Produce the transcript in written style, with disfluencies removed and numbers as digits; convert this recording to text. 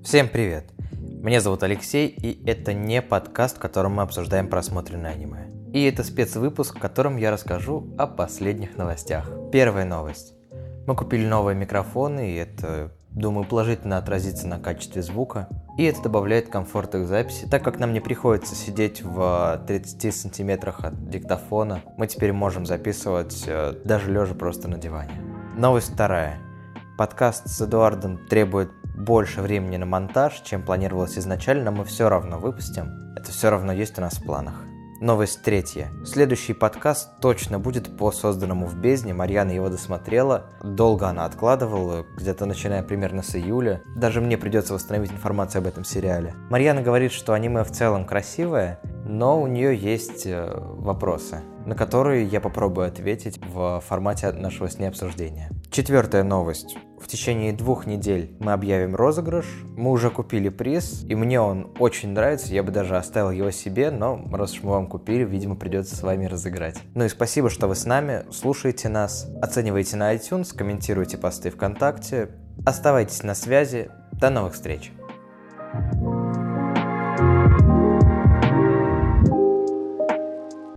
Всем привет! Меня зовут Алексей, и это не подкаст, в котором мы обсуждаем просмотренное аниме. И это спецвыпуск, в котором я расскажу о последних новостях. Первая новость. Мы купили новые микрофоны, и это, думаю, положительно отразится на качестве звука. И это добавляет комфорта к записи, так как нам не приходится сидеть в 30 сантиметрах от диктофона. Мы теперь можем записывать даже лежа просто на диване. Новость вторая. Подкаст с Эдуардом требует больше времени на монтаж, чем планировалось изначально, но мы все равно выпустим. Это все равно есть у нас в планах. Новость третья. Следующий подкаст точно будет по созданному в бездне. Марьяна его досмотрела. Долго она откладывала, где-то начиная примерно с июля. Даже мне придется восстановить информацию об этом сериале. Марьяна говорит, что аниме в целом красивое, но у нее есть вопросы, на которые я попробую ответить в формате нашего с ней обсуждения. Четвертая новость. В течение 2 недель мы объявим розыгрыш. Мы уже купили приз, и мне он очень нравится. Я бы даже оставил его себе, но раз уж мы вам купили, видимо, придется с вами разыграть. Ну и спасибо, что вы с нами, слушаете нас, оцениваете на iTunes, комментируете посты ВКонтакте. Оставайтесь на связи. До новых встреч!